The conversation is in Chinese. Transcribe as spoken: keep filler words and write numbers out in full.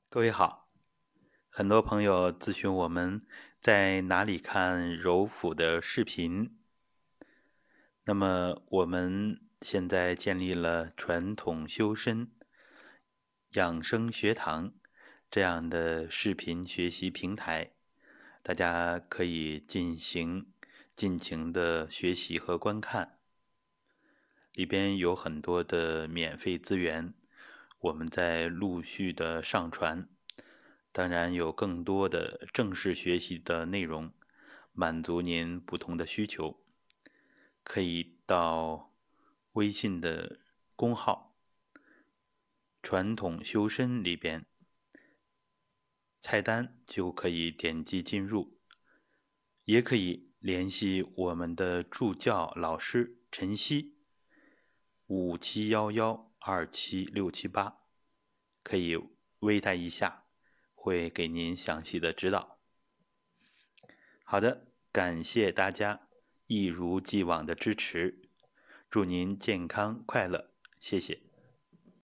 各位好，很多朋友咨询我们在哪里看揉腹的视频。那么我们现在建立了传统修身养生学堂这样的视频学习平台，大家可以进行尽情的学习和观看。里边有很多的免费资源，我们在陆续的上传。当然有更多的正式学习的内容，满足您不同的需求。可以到微信的公号传统修身里边，菜单就可以点击进入，也可以联系我们的助教老师晨曦，五七幺幺二七六七八，可以微他一下，会给您详细的指导。好的，感谢大家一如既往的支持，祝您健康快乐，谢谢。